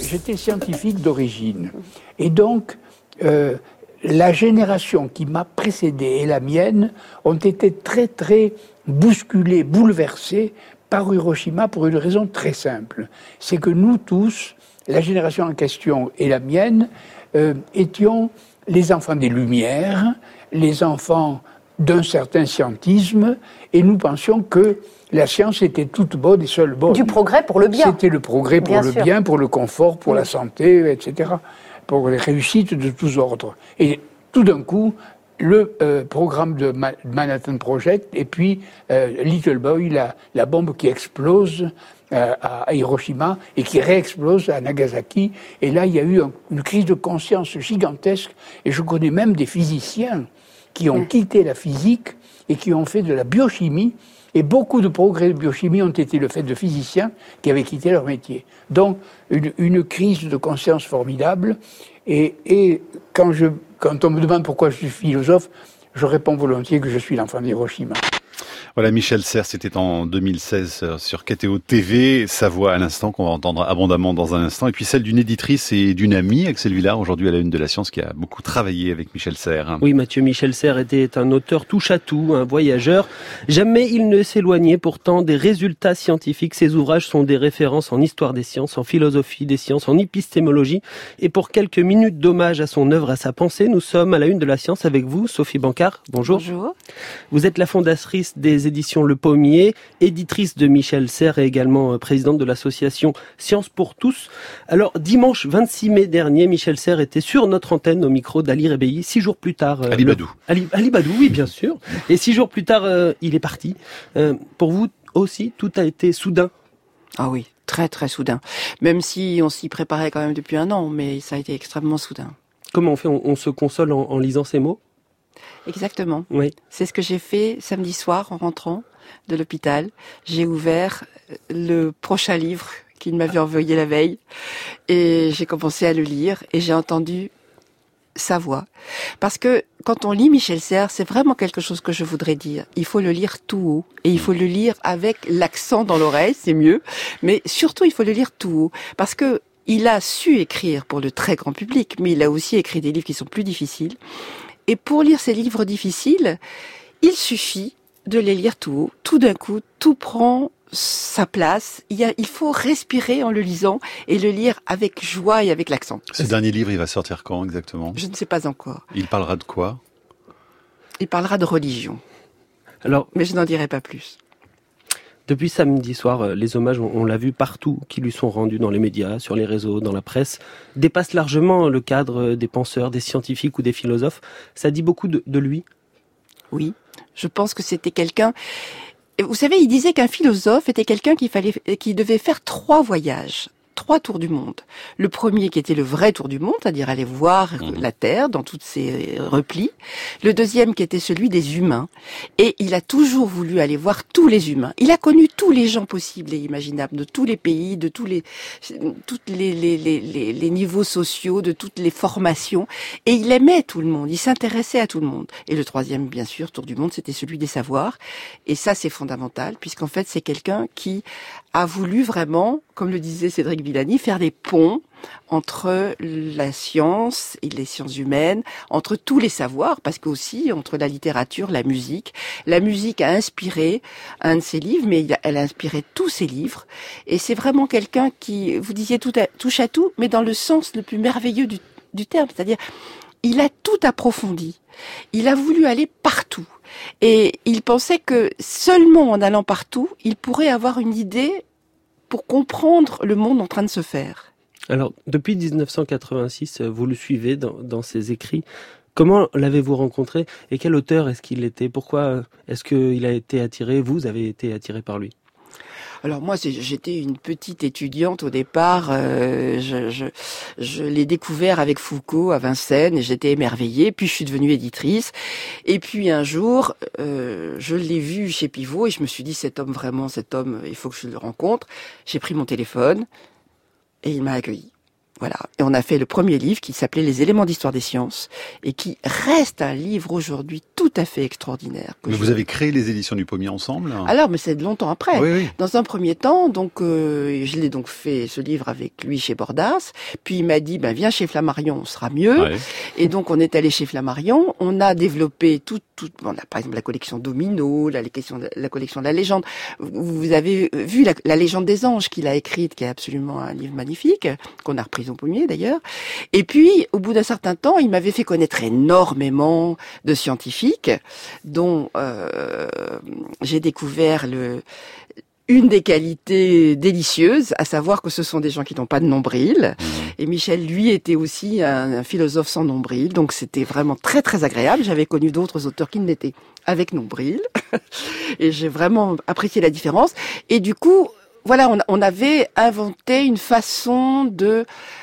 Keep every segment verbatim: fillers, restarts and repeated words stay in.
j'étais scientifique d'origine. Et donc, euh, la génération qui m'a précédé et la mienne ont été très, très bousculées, bouleversées par Hiroshima pour une raison très simple. C'est que nous tous, la génération en question et la mienne, euh, étions les enfants des Lumières, les enfants d'un certain scientisme, et nous pensions que la science était toute bonne et seule bonne. Du progrès pour le bien. C'était le progrès pour bien le sûr. bien, pour le confort, pour oui. la santé, et cetera, pour les réussites de tous ordres. Et tout d'un coup, le euh, programme de Ma- Manhattan Project, et puis euh, Little Boy, la, la bombe qui explose euh, à Hiroshima et qui réexplose à Nagasaki. Et là, il y a eu un, une crise de conscience gigantesque. Et je connais même des physiciens qui ont quitté la physique et qui ont fait de la biochimie. Et beaucoup de progrès de biochimie ont été le fait de physiciens qui avaient quitté leur métier. Donc, une, une crise de conscience formidable. Et, et quand, je, quand on me demande pourquoi je suis philosophe, je réponds volontiers que je suis l'enfant d'Hiroshima. Voilà, Michel Serres, c'était en deux mille seize sur K T O T V. Sa voix à l'instant, qu'on va entendre abondamment dans un instant. Et puis celle d'une éditrice et d'une amie, Axel Villard, aujourd'hui à la une de la science, qui a beaucoup travaillé avec Michel Serres. Oui, Mathieu, Michel Serres était un auteur touche-à-tout, un voyageur. Jamais il ne s'éloignait pourtant des résultats scientifiques. Ses ouvrages sont des références en histoire des sciences, en philosophie des sciences, en épistémologie. Et pour quelques minutes d'hommage à son œuvre, à sa pensée, nous sommes à la une de la science avec vous, Sophie Bancard. Bonjour. Bonjour. Vous êtes la fondatrice des éditions Le Pommier, éditrice de Michel Serres et également présidente de l'association Science pour tous. Alors, dimanche vingt-six mai dernier, Michel Serres était sur notre antenne au micro d'Ali Rebéi. Six jours plus tard... Ali le... Badou. Ali, Ali Badou, oui, bien sûr. Et six jours plus tard, euh, il est parti. Euh, pour vous aussi, tout a été soudain. Ah oui, très très soudain. Même si on s'y préparait quand même depuis un an, mais ça a été extrêmement soudain. Comment on fait ? On, on se console en, en lisant ces mots ? Exactement. Oui. C'est ce que j'ai fait samedi soir en rentrant de l'hôpital. J'ai ouvert le prochain livre qu'il m'avait envoyé la veille et j'ai commencé à le lire et j'ai entendu sa voix. Parce que quand on lit Michel Serres, c'est vraiment quelque chose que je voudrais dire. Il faut le lire tout haut et il faut le lire avec l'accent dans l'oreille, c'est mieux. Mais surtout, il faut le lire tout haut parce que il a su écrire pour le très grand public, mais il a aussi écrit des livres qui sont plus difficiles. Et pour lire ces livres difficiles, il suffit de les lire tout haut. Tout d'un coup, tout prend sa place. Il, y a, il faut respirer en le lisant et le lire avec joie et avec l'accent. Ce dernier livre, il va sortir quand exactement ? Je ne sais pas encore. Il parlera de quoi ? Il parlera de religion. Alors, mais je n'en dirai pas plus. Depuis samedi soir, les hommages, on l'a vu partout, qui lui sont rendus dans les médias, sur les réseaux, dans la presse, dépassent largement le cadre des penseurs, des scientifiques ou des philosophes. Ça dit beaucoup de, de lui ? Oui, je pense que c'était quelqu'un... Vous savez, il disait qu'un philosophe était quelqu'un qui fallait, qui devait faire trois voyages. Trois tours du monde. Le premier qui était le vrai tour du monde, c'est-à-dire aller voir mmh. la Terre dans toutes ses replis. Le deuxième qui était celui des humains. Et il a toujours voulu aller voir tous les humains. Il a connu tous les gens possibles et imaginables, de tous les pays, de tous les, toutes les, les, les, les, les niveaux sociaux, de toutes les formations. Et il aimait tout le monde. Il s'intéressait à tout le monde. Et le troisième, bien sûr, tour du monde, c'était celui des savoirs. Et ça, c'est fondamental, puisqu'en fait, c'est quelqu'un qui a voulu vraiment, comme le disait Cédric Villani, faire des ponts entre la science et les sciences humaines, entre tous les savoirs, parce qu'aussi entre la littérature, la musique. La musique a inspiré un de ses livres, mais elle a inspiré tous ses livres. Et c'est vraiment quelqu'un qui, vous disiez, tout à, touche à tout, mais dans le sens le plus merveilleux du, du terme. C'est-à-dire, il a tout approfondi. Il a voulu aller partout. Et il pensait que seulement en allant partout, il pourrait avoir une idée pour comprendre le monde en train de se faire. Alors, depuis dix-neuf cent quatre-vingt-six, vous le suivez dans, dans ses écrits. Comment l'avez-vous rencontré et quel auteur est-ce qu'il était ? Pourquoi est-ce qu'il a été attiré, vous avez été attiré par lui ? Alors moi, j'étais une petite étudiante au départ. Euh, je, je, je l'ai découvert avec Foucault à Vincennes et j'étais émerveillée. Puis je suis devenue éditrice. Et puis un jour, euh, je l'ai vu chez Pivot et je me suis dit, cet homme, vraiment, cet homme, il faut que je le rencontre. J'ai pris mon téléphone et il m'a accueilli. Voilà. Et on a fait le premier livre qui s'appelait Les éléments d'histoire des sciences et qui reste un livre aujourd'hui tout à fait extraordinaire. Mais je... vous avez créé les éditions du Pommier ensemble? Alors, mais c'est de longtemps après. Oui, oui. Dans un premier temps, donc, euh, je l'ai donc fait ce livre avec lui chez Bordas. Puis il m'a dit, ben, viens chez Flammarion, on sera mieux. Ouais. Et donc, on est allé chez Flammarion. On a développé tout, tout, on a par exemple la collection Domino, la, collection de, la collection de la légende. Vous avez vu la, la légende des anges qu'il a écrite, qui est absolument un livre magnifique, qu'on a repris au Pommier d'ailleurs. Et puis, au bout d'un certain temps, il m'avait fait connaître énormément de scientifiques, dont euh, j'ai découvert le une des qualités délicieuses, à savoir que ce sont des gens qui n'ont pas de nombril. Mmh. Et Michel, lui, était aussi un, un philosophe sans nombril, donc c'était vraiment très très agréable. J'avais connu d'autres auteurs qui l'étaient avec nombril, et j'ai vraiment apprécié la différence. Et du coup, voilà, on, on avait inventé une façon de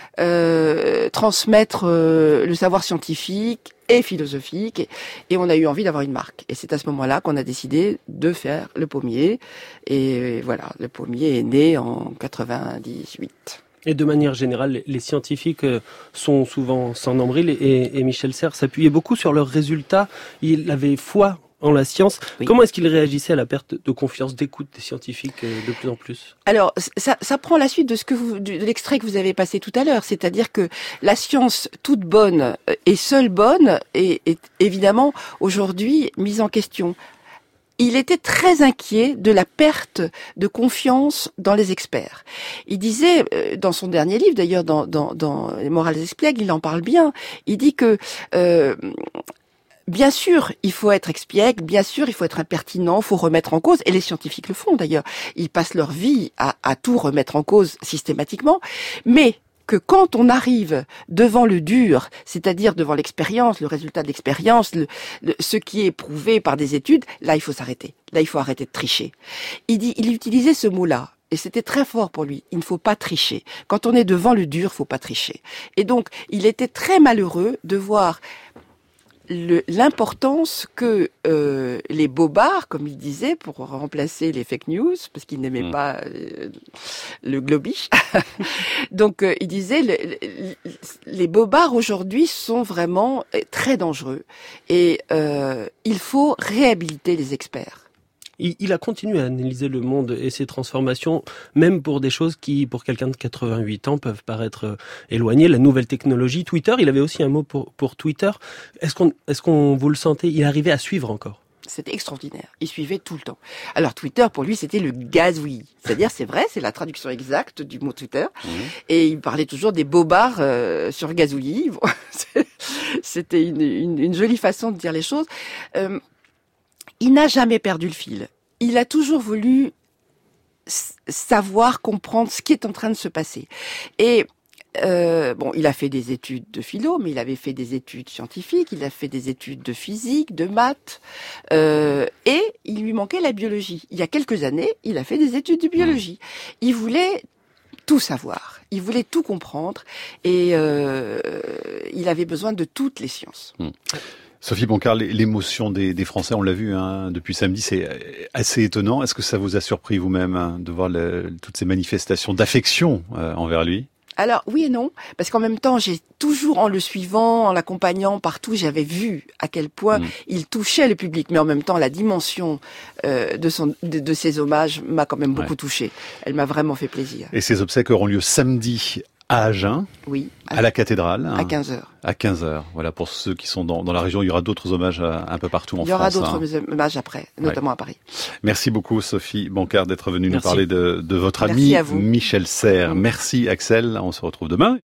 euh, transmettre euh, le savoir scientifique et philosophique, et, et on a eu envie d'avoir une marque. Et c'est à ce moment-là qu'on a décidé de faire le Pommier. Et voilà, le Pommier est né en quatre-vingt-dix-huit. Et de manière générale, les scientifiques sont souvent sans nombril, et, et Michel Serres s'appuyait beaucoup sur leurs résultats. Il avait foi en la science. Oui. Comment est-ce qu'il réagissait à la perte de confiance, d'écoute des scientifiques de plus en plus? Alors, ça, ça prend la suite de ce que vous, de l'extrait que vous avez passé tout à l'heure, c'est-à-dire que la science toute bonne et seule bonne est, est évidemment aujourd'hui mise en question. Il était très inquiet de la perte de confiance dans les experts. Il disait, dans son dernier livre, d'ailleurs dans, dans, dans Les Morales espiègles, il en parle bien, il dit que euh, bien sûr, il faut être expiègle, bien sûr, il faut être impertinent, il faut remettre en cause, et les scientifiques le font d'ailleurs. Ils passent leur vie à, à tout remettre en cause systématiquement, mais que quand on arrive devant le dur, c'est-à-dire devant l'expérience, le résultat de l'expérience, le, le, ce qui est prouvé par des études, là il faut s'arrêter, là il faut arrêter de tricher. Il dit, il utilisait ce mot-là. Et c'était très fort pour lui. Il ne faut pas tricher. Quand on est devant le dur, il faut pas tricher. Et donc, il était très malheureux de voir Le, l'importance que euh, les bobards, comme il disait, pour remplacer les fake news, parce qu'il n'aimait mmh. pas euh, le globish, donc euh, il disait le, le, les bobards aujourd'hui sont vraiment très dangereux et euh, il faut réhabiliter les experts. Il, il a continué à analyser le monde et ses transformations, même pour des choses qui, pour quelqu'un de quatre-vingt-huit ans, peuvent paraître éloignées. La nouvelle technologie, Twitter, il avait aussi un mot pour, pour Twitter. Est-ce qu'on, est-ce qu'on vous le sentez? Il arrivait à suivre encore? C'était extraordinaire. Il suivait tout le temps. Alors Twitter, pour lui, c'était le gazouillis. C'est-à-dire, c'est vrai, c'est la traduction exacte du mot Twitter. Mmh. Et il parlait toujours des bobards euh, sur gazouillis. C'était une, une, une jolie façon de dire les choses. Euh, Il n'a jamais perdu le fil. Il a toujours voulu savoir, comprendre ce qui est en train de se passer. Et euh, bon, il a fait des études de philo, mais il avait fait des études scientifiques, il a fait des études de physique, de maths, euh, et il lui manquait la biologie. Il y a quelques années, il a fait des études de biologie. Il voulait tout savoir, il voulait tout comprendre, et euh, il avait besoin de toutes les sciences. Mmh. Sophie Boncard, l'émotion des, des Français, on l'a vu hein, depuis samedi, c'est assez étonnant. Est-ce que ça vous a surpris vous-même hein, de voir le, toutes ces manifestations d'affection euh, envers lui? Alors oui et non, parce qu'en même temps, j'ai toujours en le suivant, en l'accompagnant partout, j'avais vu à quel point mmh. il touchait le public, mais en même temps, la dimension euh, de, son, de, de ses hommages m'a quand même beaucoup ouais. touchée. Elle m'a vraiment fait plaisir. Et ces obsèques auront lieu samedi à Agen, oui, à, à la cathédrale. À quinze heures. À quinze heures. Voilà, pour ceux qui sont dans, dans la région, il y aura d'autres hommages à, un peu partout en France. Il y aura France, d'autres hein. hommages après, notamment ouais. à Paris. Merci beaucoup Sophie Boncard d'être venue Merci. nous parler de, de votre Merci ami Michel Serres. Merci Axel, on se retrouve demain.